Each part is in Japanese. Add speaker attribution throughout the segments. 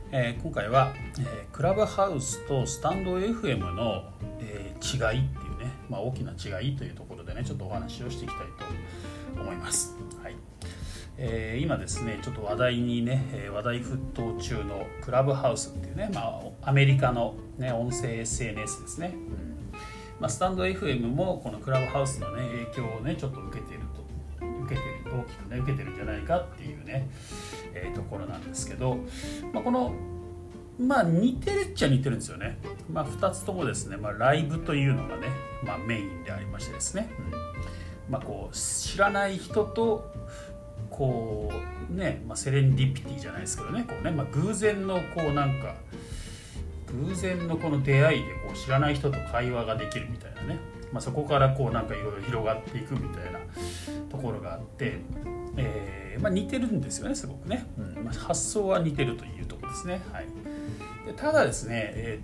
Speaker 1: 今回は、クラブハウスとスタンド FM の、違いっていうね、大きな違いというところでねちょっとお話をしていきたいと思います。はい。今ですねちょっと話題沸騰中のクラブハウスっていうね、アメリカの、ね、音声 SNS ですね。スタンド FM もこのクラブハウスの、ね、影響をねちょっと大きくね受けてるんじゃないかっていうね、ところなんですけど、この似てるっちゃ似てるんですよね。2つともですね、ライブというのがね、メインでありましてですね、こう知らない人とこうね、セレンディピティじゃないですけどね、偶然のこの出会いでこう知らない人と会話ができるみたいなね、そこからこういろいろ広がっていくみたいなところがあって、似てるんですよね、すごくね、発想は似てるというところですね。はい。でただですね、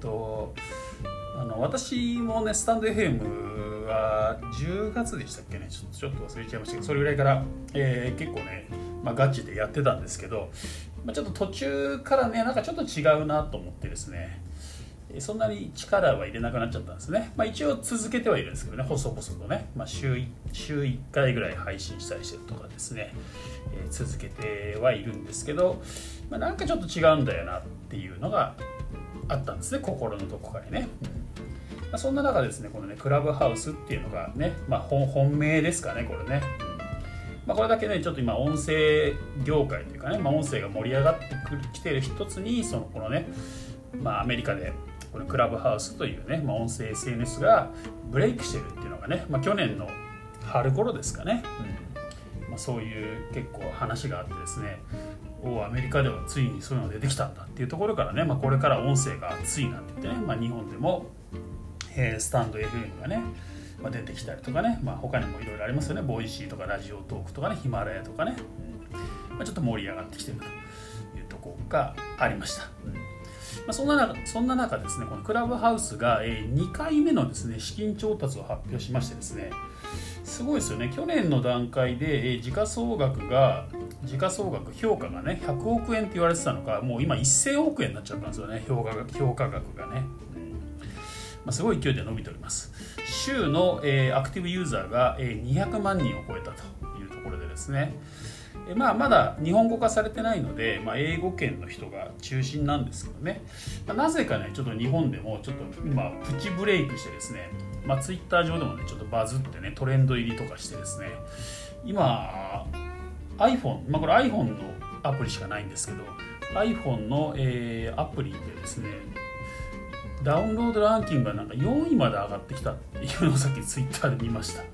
Speaker 1: 私もねスタンド FM は10月でしたっけね、ちょっと忘れちゃいましたけど、それぐらいから、結構ね、ガチでやってたんですけど、ちょっと途中からねちょっと違うなと思ってですね、そんなに力は入れなくなっちゃったんですね。一応続けてはいるんですけどね、細々とね、週1回ぐらい配信したりしてるとかですね、続けてはいるんですけど、ちょっと違うんだよなっていうのがあったんですね、心のどこかにね。そんな中ですね、このねクラブハウスっていうのがね、本命ですかね、これね。これだけねちょっと今音声業界というかね、音声が盛り上がってきている一つにこのね、アメリカでこのクラブハウスというね、音声 SNS がブレイクしてるっていうのがね、去年の春頃ですかね、そういう結構話があってですね、アメリカではついにそういうのが出てきたんだっていうところからね、これから音声が熱いなんて言ってね、日本でも、スタンド FM がね、出てきたりとかね、他にもいろいろありますよね、ボイシーとかラジオトークとかね、ヒマラヤとかね、ちょっと盛り上がってきてるというところがありました。そんな中ですね、このクラブハウスが2回目のですね資金調達を発表しましてですね、すごいですよね。去年の段階で時価総額評価がね100億円って言われてたのが、もう今1000億円になっちゃったんですよね、評価額がね。すごい勢いで伸びております。週のアクティブユーザーが200万人を超えたというところでですね、まだ日本語化されてないので、英語圏の人が中心なんですけどね、なぜかねちょっと日本でもちょっと今プチブレイクしてですね、ツイッター上でもねちょっとバズってねトレンド入りとかしてですね、今 iPhone、これ iPhone のアプリしかないんですけど、 iPhone の、アプリでですねダウンロードランキングが4位まで上がってきたっていうのをさっきツイッターで見ました。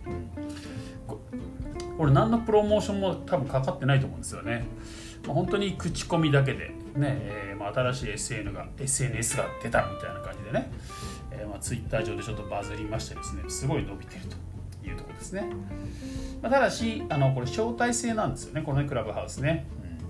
Speaker 1: これ何のプロモーションも多分かかってないと思うんですよね。本当に口コミだけでね、新しい SNS が出たみたいな感じでね、ツイッター上でちょっとバズりましてですね、すごい伸びてるというところですね。ただしこれ招待制なんですよね、このねクラブハウスね。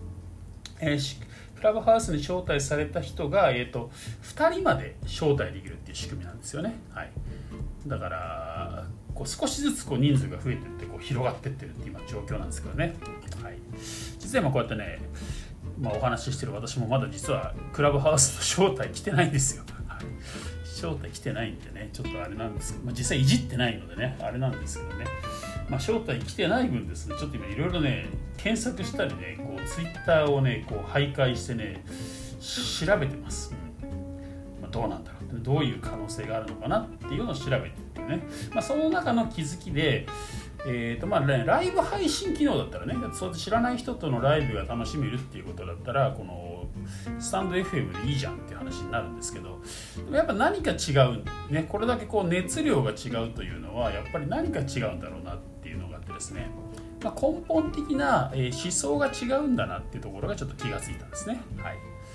Speaker 1: クラブハウスに招待された人が、2人まで招待できるっていう仕組みなんですよね。はい、だから少しずつ人数が増えていって広がっていってるっていう今状況なんですけどね。はい、実は今こうやってね、お話ししてる私もまだ実はクラブハウスの招待来てないんですよ。はい、招待来てないんでね、ちょっとあれなんですけど、実際いじってないのでねあれなんですけどね、招待来てない分ですね、ちょっと今いろいろね検索したりね、ツイッターをね徘徊してね調べてます。どうなんだろう、どういう可能性があるのかなっていうのを調べてってね、その中の気づきで、ライブ配信機能だったらね、そう知らない人とのライブが楽しめるっていうことだったらこのスタンド FM でいいじゃんっていう話になるんですけど、でもやっぱ何か違うね、これだけ熱量が違うというのはやっぱり何か違うんだろうなっていうのがあってですね、根本的な思想が違うんだなっていうところがちょっと気がついたんですね。はい。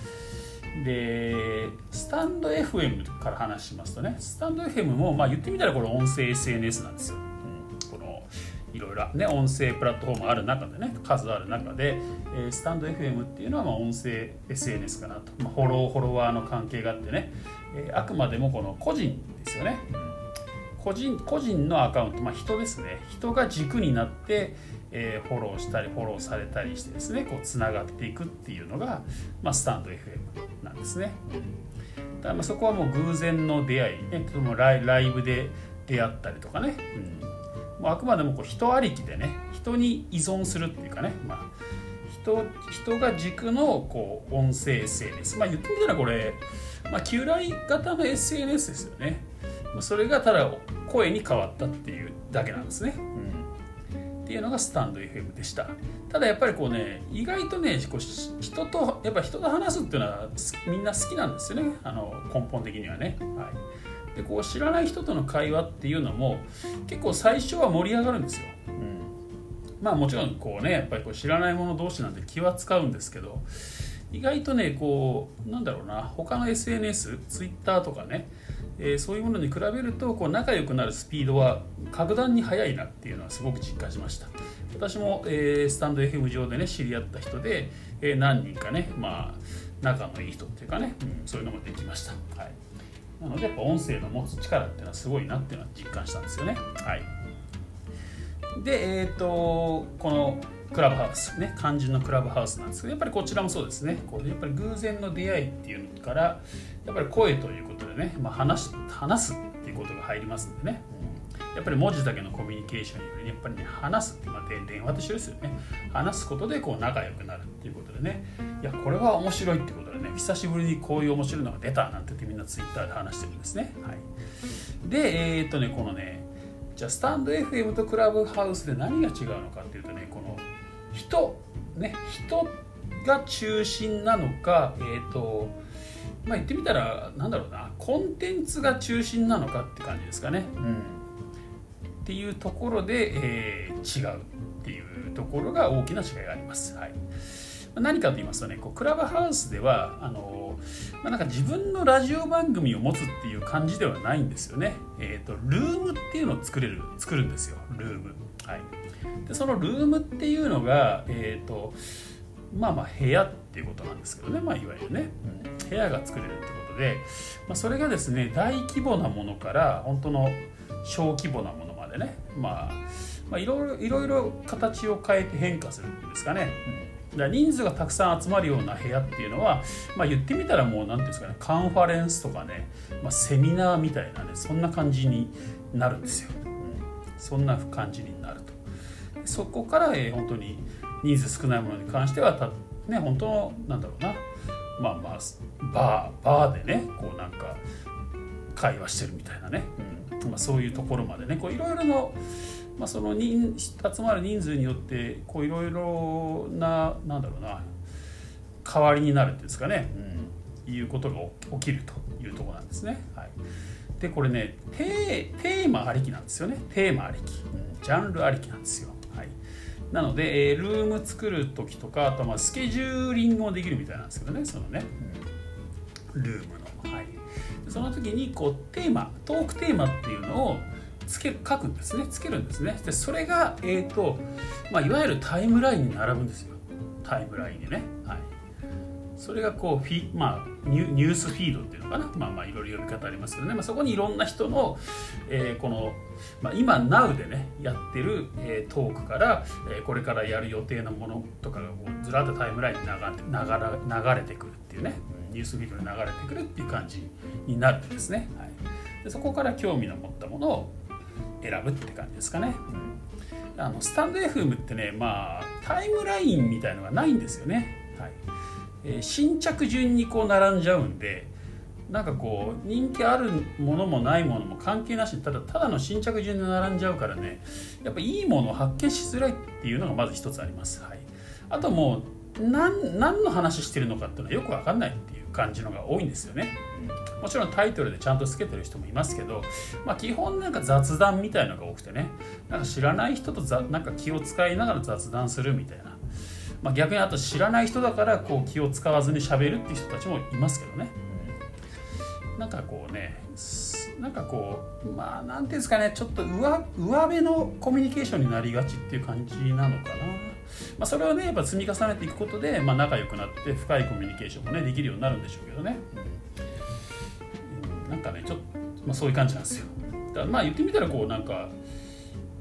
Speaker 1: でスタンド FM から話しますとね、スタンド FM も言ってみたらこれ音声 SNS なんですよ。このいろいろね音声プラットフォームある中でね、数ある中で、スタンド FM っていうのは音声 SNS かなと、フォロワーの関係があってね、あくまでもこの個人ですよね。個人のアカウント、人ですね、人が軸になって、 フォローしたりフォローされたりしてですね、こうつながっていくっていうのが、スタンド FM なんですね。だからそこはもう偶然の出会い、ね、そのライブで出会ったりとかね、もうあくまでもこう人ありきでね、人に依存するっていうかね、人が軸のこう音声 SNS、言ってみたらこれ、旧来型の SNS ですよね。それがただ声に変わったっていうだけなんですね。っていうのがスタンド FM でした。ただやっぱりこうね、意外とね、こう人と話すっていうのはみんな好きなんですよね。根本的にはね。でこう知らない人との会話っていうのも結構最初は盛り上がるんですよ。もちろんこうね、やっぱりこう知らない者同士なんで気は使うんですけど、意外とね、こう他の SNS、Twitter とかね、そういうものに比べるとこう仲良くなるスピードは格段に速いなっていうのはすごく実感しました。私も、スタンド FM 上でね知り合った人で、何人かね、仲のいい人っていうかね、そういうのもできました。なのでやっぱ音声の持つ力っていうのはすごいなっていうのは実感したんですよね。で、このクラブハウスね、肝心のクラブハウスなんですけど、やっぱりこちらもそうですね。こうやっぱり偶然の出会いっていうのからやっぱり声ということでね、話すっていうことが入りますんでね、やっぱり文字だけのコミュニケーションよりやっぱりね、話すって、電話と一緒ですよね。話すことでこう仲良くなるっていうことでね、いやこれは面白いっていうことでね、久しぶりにこういう面白いのが出たなんて言ってみんなツイッターで話してるんですね。でこのね、じゃあスタンド FM とクラブハウスで何が違うのかっていうとね、この人が中心なのか、言ってみたらコンテンツが中心なのかって感じですかね。っていうところで、違うっていうところが大きな違いがあります。何かと言いますとね、こうクラブハウスでは自分のラジオ番組を持つっていう感じではないんですよね。ルームっていうのを作るんですよ。ルーム。でそのルームっていうのが部屋っていうことなんですけどね、いわゆるね、部屋が作れるってことで、それがですね、大規模なものから本当の小規模なものまでね、いろいろ形を変えて変化するんですかね。人数がたくさん集まるような部屋っていうのは、言ってみたらもう何ていうんですかね、カンファレンスとかね、セミナーみたいなね、そんな感じになるんですよ。そんな感じになると。そこから、本当に人数少ないものに関しては本当のバーでね、こう会話してるみたいなね、そういうところまでね、こういろいろのその集まる人数によってこういろいろな代わりになるっていうんですかね、いうことが起きるというところなんですね。でこれね、テーマありきなんですよね。テーマありき、ジャンルありきなんですよ。なので、ルーム作る時とか、あとスケジューリングもできるみたいなんですけどね、そのね、ルームの。その時にこうトークテーマっていうのをつけるんですね。でそれが、いわゆるタイムラインに並ぶんですよ。タイムラインにね。それがこうニュースフィードっていうのかな、いろいろ呼び方ありますけどね、そこにいろんな人の、この、今 Now でねやってる、トークから、これからやる予定のものとかがこうずらっとタイムラインに流れてくるっていうね、ニュースフィードに流れてくるっていう感じになるんですね。でそこから興味の持ったものを選ぶって感じですかね。スタンド FM ってね、タイムラインみたいのがないんですよね。新着順にこう並んじゃうんで、こう人気あるものもないものも関係なしにただの新着順で並んじゃうからね、やっぱいいものを発見しづらいっていうのがまず一つあります。あともう何の話してるのかっていうのはよく分かんないっていう感じのが多いんですよね。もちろんタイトルでちゃんとつけてる人もいますけど、基本雑談みたいのが多くてね、知らない人と気を使いながら雑談するみたいな、逆にあと知らない人だからこう気を使わずに喋るっていう人たちもいますけどね。なんていうんですかね、ちょっと上辺のコミュニケーションになりがちっていう感じなのかな。それをねやっぱ積み重ねていくことで、仲良くなって深いコミュニケーションもねできるようになるんでしょうけどね。ちょっとそういう感じなんですよ。だから言ってみたらこう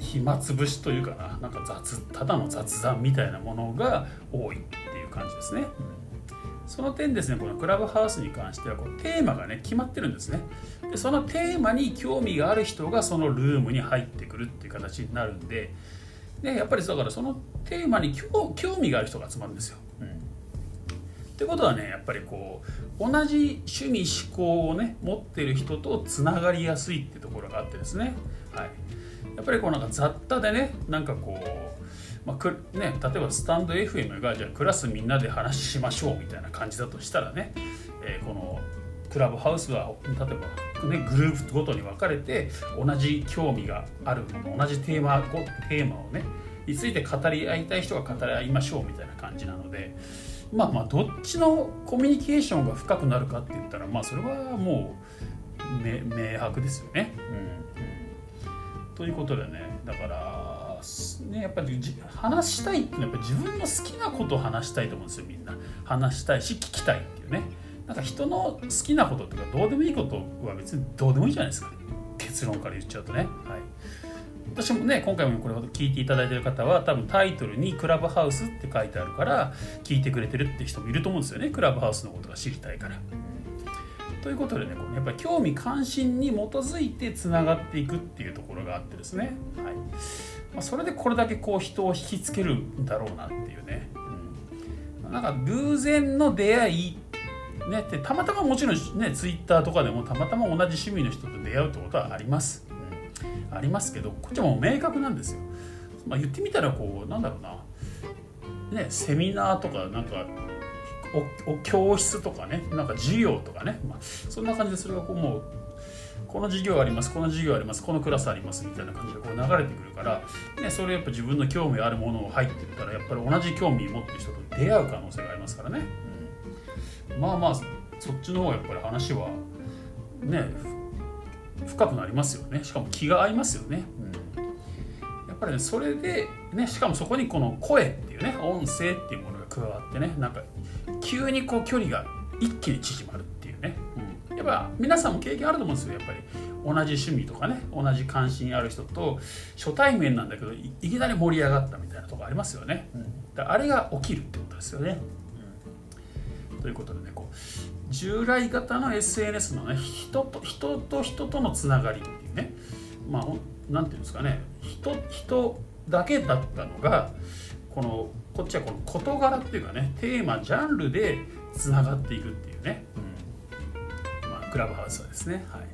Speaker 1: 暇つぶしというかなんかただの雑談みたいなものが多いっていう感じですね。その点ですね、このクラブハウスに関してはテーマがね決まってるんですね。でそのテーマに興味がある人がそのルームに入ってくるっていう形になるんで、やっぱりだからそのテーマに興味がある人が集まるんですよ。ってことはね、やっぱり同じ趣味思考をね持ってる人とつながりやすいってところがあってですね、はい、やっぱりなんか雑多でね、なんか例えばスタンド FM がじゃあクラスみんなで話しましょうみたいな感じだとしたらね、このクラブハウスは例えば、ね、グループごとに分かれて同じ興味があるもの、同じテーマをねについて語り合いたい人が語り合いましょうみたいな感じなので、どっちのコミュニケーションが深くなるかって言ったらそれはもう明白ですよね。ということでね、だからね、やっぱり話したいっていうのはやっぱ自分の好きなことを話したいと思うんですよ。みんな話したいし聞きたいっていうね。なんか人の好きなこととかどうでもいいことは別にどうでもいいじゃないですか、ね、結論から言っちゃうとね。はい、私もね、今回もこれほど聞いていただいている方は多分タイトルにクラブハウスって書いてあるから聞いてくれてるって人もいると思うんですよね。クラブハウスのことが知りたいから。ということでね、やっぱり興味関心に基づいてつながっていくっていうところがあってですね、はい、それでこれだけ人を引きつけるんだろうなっていうね、なんか偶然の出会いねってたまたまもちろんねツイッターとかでもたまたま同じ趣味の人と出会うってことはあります、ありますけど、こっちも明確なんですよ。言ってみたらなんだろうな、ね、セミナーとかなんか教室とかね、なんか授業とかね、そんな感じでそれがもうこの授業あります、この授業あります、このクラスありますみたいな感じで流れてくるから、ね、それやっぱ自分の興味あるものを入ってるからやっぱり同じ興味を持ってる人と出会う可能性がありますからね、そっちの方がやっぱり話はね深くなりますよね。しかも気が合いますよね。やっぱりね、それでね、しかもそこにこの声っていうね、音声っていうものが加わってね、なんか急に距離が一気に縮まるっていうね、やっぱ皆さんも経験あると思うんですよ。やっぱり同じ趣味とかね、同じ関心ある人と初対面なんだけど いきなり盛り上がったみたいなところありますよね。だからあれが起きるってことですよね。ということでね、従来型の SNS のね、人と人とのつながりっていうね、なんていうんですかね、人だけだったのがこっちはこの事柄っていうかね、テーマジャンルでつながっていくっていうね、クラブハウスはですね、はい、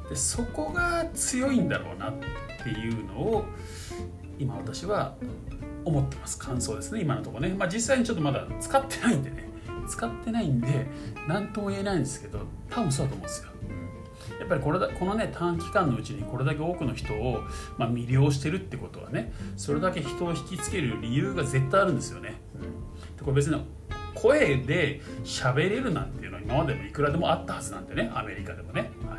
Speaker 1: でそこが強いんだろうなっていうのを今私は思ってます。感想ですね、今のところね。実際にちょっとまだ使ってないんで何とも言えないんですけど、多分そうだと思うんですよ。やっぱりこのね短期間のうちにこれだけ多くの人を、魅了してるってことはね、それだけ人を引きつける理由が絶対あるんですよね。でこれ別に声で喋れるなんていうのは今までもいくらでもあったはずなんでね、アメリカでもね、はい、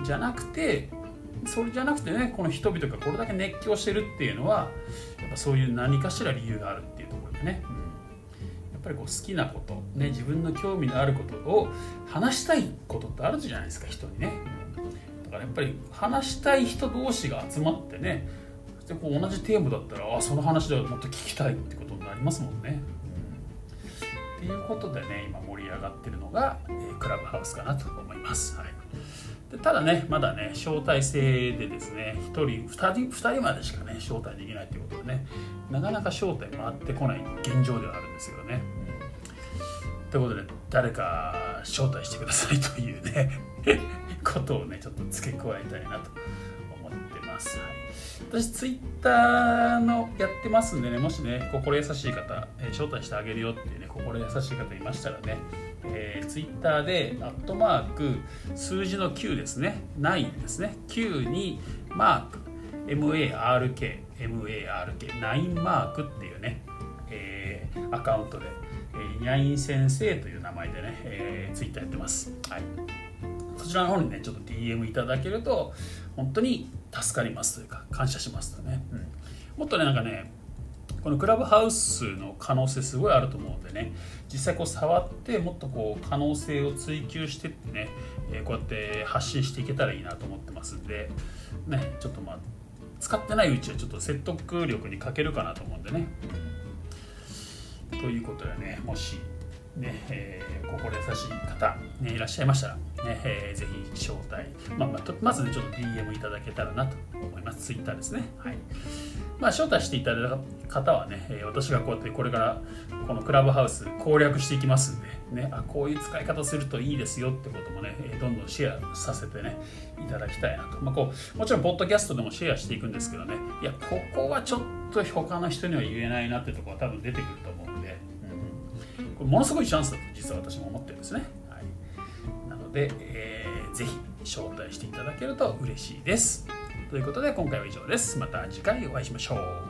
Speaker 1: それじゃなくてね、この人々がこれだけ熱狂してるっていうのはやっぱそういう何かしら理由があるっていうところでね、やっぱり好きなこと、ね、自分の興味のあることを話したいことってあるじゃないですか、人にね。だからやっぱり話したい人同士が集まってね、で同じテーマだったらその話ではもっと聞きたいってことになりますもんね。っていうことでね、今盛り上がってるのが、クラブハウスかなと思います。はい、でただね、まだね招待制でですね、1人2人までしかね招待できないということでね、なかなか招待回ってこない現状ではあるんですよね。ということで誰か招待してくださいというねことをねちょっと付け加えたいなと思ってます。はい、私ツイッターのやってますんでね、もしね心優しい方、招待してあげるよっていうね心優しい方いましたらね、ツイッターで@数字の9ですね、9ですね、9にマーク MARK 9マークっていうね、アカウントでにゃいん先生という名前でね、ツイッターやってます。はい、そちらの方にねちょっと DM いただけると本当に助かりますというか感謝しますとね、もっとねなんかねこのクラブハウスの可能性すごいあると思うんでね、実際触ってもっと可能性を追求してってね、こうやって発信していけたらいいなと思ってますんでね、ちょっと使ってないうちはちょっと説得力に欠けるかなと思うんでね。ということでね、もしね、心優しい方、ね、いらっしゃいましたら、ねぜひ招待、まずねちょっと DM いただけたらなと思います。Twitter ですね。はい。招待していただいた方はね、私がこうやってこれからこのクラブハウス攻略していきますんで、ね、こういう使い方するといいですよってこともね、どんどんシェアさせてねいただきたいなと。もちろんポッドキャストでもシェアしていくんですけどね、いやここはちょっと他の人には言えないなってところは多分出てくると思うんで、これものすごいチャンスだと実は私も思ってるんですね。はい、なので、ぜひ招待していただけると嬉しいです。ということで今回は以上です。また次回お会いしましょう。